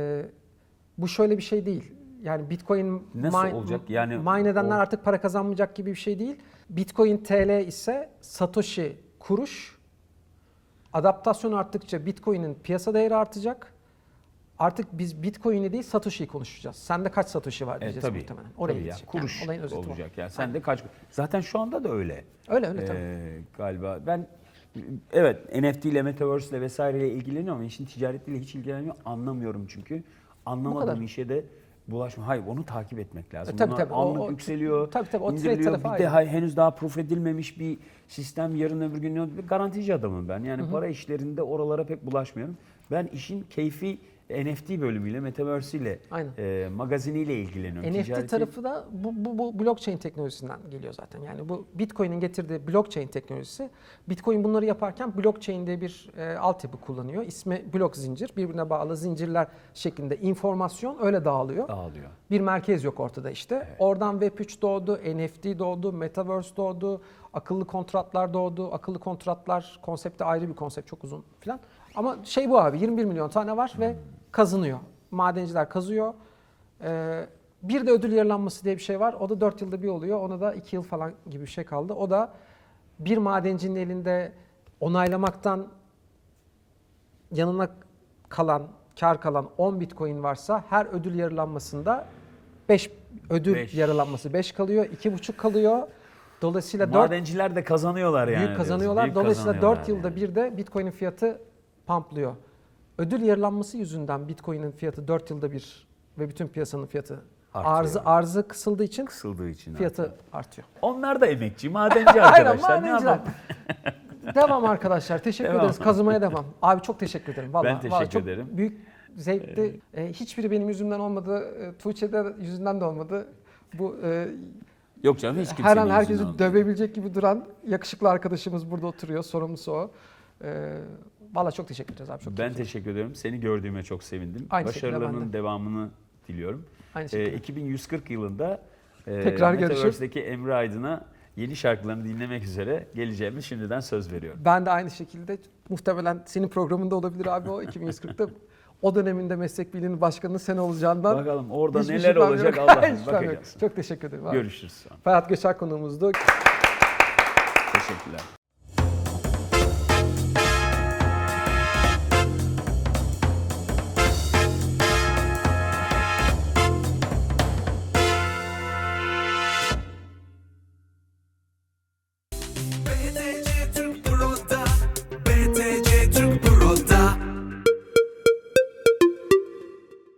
B: bu şöyle bir şey değil. Yani Bitcoin
A: Nasıl olacak? Yani
B: mine edenler
A: o-
B: artık para kazanmayacak gibi bir şey değil. Bitcoin TL ise Satoshi kuruş. Adaptasyon arttıkça Bitcoin'in piyasa değeri artacak. Artık biz Bitcoin'i değil Satoshi'yi konuşacağız. Sende kaç Satoshi var diyeceğiz
A: Tabii.
B: muhtemelen. Oraya
A: Tabii ya,
B: gidecek.
A: kuruş
B: Yani olayın özeti bu.
A: olacak. Yani sen de kaç? Zaten şu anda da öyle.
B: Öyle tabii.
A: Galiba. Ben evet NFT ile Metaverse ile vesaireyle ilgileniyorum ama işin ticaretiyle hiç ilgilenmiyorum. Anlamıyorum çünkü. Anlamadığım
B: kadar.
A: işe de bulaşma. Hayır, onu takip etmek lazım.
B: Tabii,
A: Bunlar
B: tabii.
A: anlık yükseliyor,
B: tabii, o trade
A: indiriliyor.
B: tarafı
A: Bir de
B: ayrı.
A: henüz daha proof edilmemiş bir sistem, yarın öbür gün garantici adamım ben. Yani para işlerinde oralara pek bulaşmıyorum. Ben işin keyfi NFT bölümüyle, Metaverse ile,
B: Aynen.
A: magaziniyle ilgileniyorum.
B: NFT
A: Ticareti-
B: tarafı da bu blockchain teknolojisinden geliyor zaten. Yani bu Bitcoin'in getirdiği blockchain teknolojisi. Bitcoin bunları yaparken blockchain diye bir altyapı kullanıyor. İsmi blok zincir. Birbirine bağlı zincirler şeklinde informasyon öyle dağılıyor.
A: dağılıyor.
B: Bir merkez yok ortada işte.
A: Evet.
B: Oradan Web3 doğdu, NFT doğdu, Metaverse doğdu, akıllı kontratlar doğdu. Akıllı kontratlar konsepti ayrı bir konsept, çok uzun falan. Ama şey bu abi, 21 milyon tane var ve kazınıyor. Madenciler kazıyor. Bir de ödül yarılanması diye bir şey var. O da 4 yılda bir oluyor. Ona da 2 yıl falan gibi bir şey kaldı. O da bir madencinin elinde onaylamaktan yanına kar kalan 10 Bitcoin varsa her ödül yarılanmasında 5 ödül
A: Beş.
B: yarılanması 5 kalıyor, 2,5 kalıyor. Dolayısıyla 4
A: Madenciler de kazanıyorlar yani.
B: büyük kazanıyorlar.
A: Büyük
B: Dolayısıyla 4
A: kazanıyorlar
B: yılda
A: yani.
B: bir de Bitcoin'in fiyatı pumplıyor. Ödül yarılanması yüzünden Bitcoin'in fiyatı 4 yılda bir ve bütün piyasanın fiyatı
A: Artıyor.
B: arzı kısıldığı için
A: Kısıldığı için.
B: fiyatı artıyor.
A: Onlar da emekçi, madenci arkadaşlar.
B: Aynen,
A: Ne
B: madenciler.
A: yapalım?
B: Devam arkadaşlar. Teşekkür
A: Devam.
B: ederiz. Kazımaya devam. Abi çok teşekkür ederim. Vallahi,
A: Ben teşekkür
B: çok
A: ederim.
B: büyük zevkti. Hiçbiri benim yüzümden olmadı. Tuğçe'de yüzünden de olmadı. Bu
A: Yok canım, hiç kimsenin
B: her an
A: yüzünden
B: herkesi
A: olmuyor.
B: dövebilecek gibi duran yakışıklı arkadaşımız burada oturuyor. Sorumlusu o. Vallahi çok teşekkür ederiz abi. Çok
A: Ben
B: keyifli.
A: teşekkür ederim. Seni gördüğüme çok sevindim.
B: Aynı şekilde ben
A: Başarılarının
B: de.
A: devamını diliyorum.
B: Aynı şekilde.
A: 2140 yılında
B: Tekrar görüşürüz.
A: Metaverse'deki Emre Aydın'a yeni şarkılarını dinlemek üzere geleceğimi şimdiden söz veriyorum.
B: Ben de aynı şekilde muhtemelen senin programında olabilir abi o 2140'ta. O döneminde Meslek Birliği'nin başkanı sen olacağından.
A: Bakalım orada
B: hiçbir
A: neler
B: şüphem yok.
A: olacak Allah'ım
B: Hiç şüphem yok.
A: bakacağız.
B: Çok teşekkür ederim abi.
A: Görüşürüz.
B: Ferhat Göçer konuğumuzdu.
A: Teşekkürler.